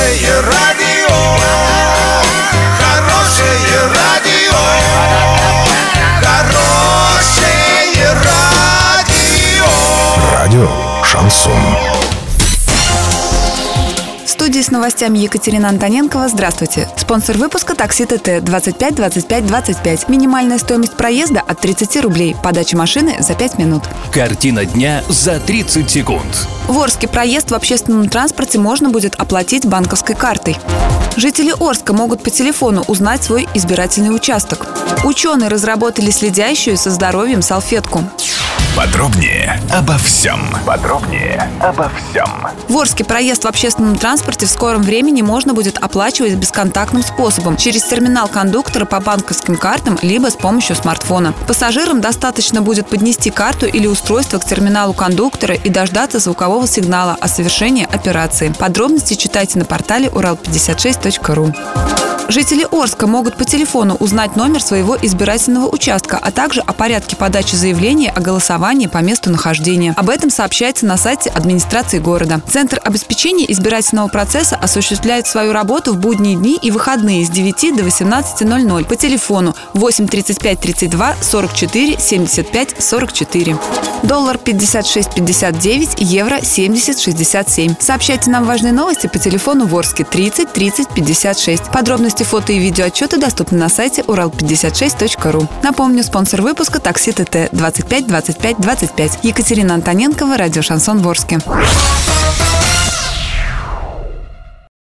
Хорошее радио, хорошее радио, хорошее радио. Радио «Шансон». В студии с новостями Екатерина Антоненкова. Здравствуйте. Спонсор выпуска «Такси ТТ» 25 25 25. Минимальная стоимость проезда от 30 рублей. Подача машины за 5 минут. Картина дня за 30 секунд. В Орске проезд в общественном транспорте можно будет оплатить банковской картой. Жители Орска могут по телефону узнать свой избирательный участок. Ученые разработали следящую со здоровьем салфетку. Подробнее обо всем. В Орске проезд в общественном транспорте в скором времени можно будет оплачивать бесконтактным способом через терминал кондуктора по банковским картам либо с помощью смартфона. Пассажирам достаточно будет поднести карту или устройство к терминалу кондуктора и дождаться звукового сигнала о совершении операции. Подробности читайте на портале урал56.ру. Жители Орска могут по телефону узнать номер своего избирательного участка, а также о порядке подачи заявления о голосовании по месту нахождения. Об этом сообщается на сайте администрации города. Центр обеспечения избирательного процесса осуществляет свою работу в будние дни и выходные с 9 до 18:00 по телефону 8 35 32 44 75 44. Доллар 56.59, евро 70.67. Сообщайте нам важные новости по телефону в Орске 30 30 56. Подробности, фото и видеоотчеты доступны на сайте урал56.ру. Напомню, спонсор выпуска «Такси ТТ» 25 25 25. Екатерина Антоненкова, радио «Шансон» в Орске.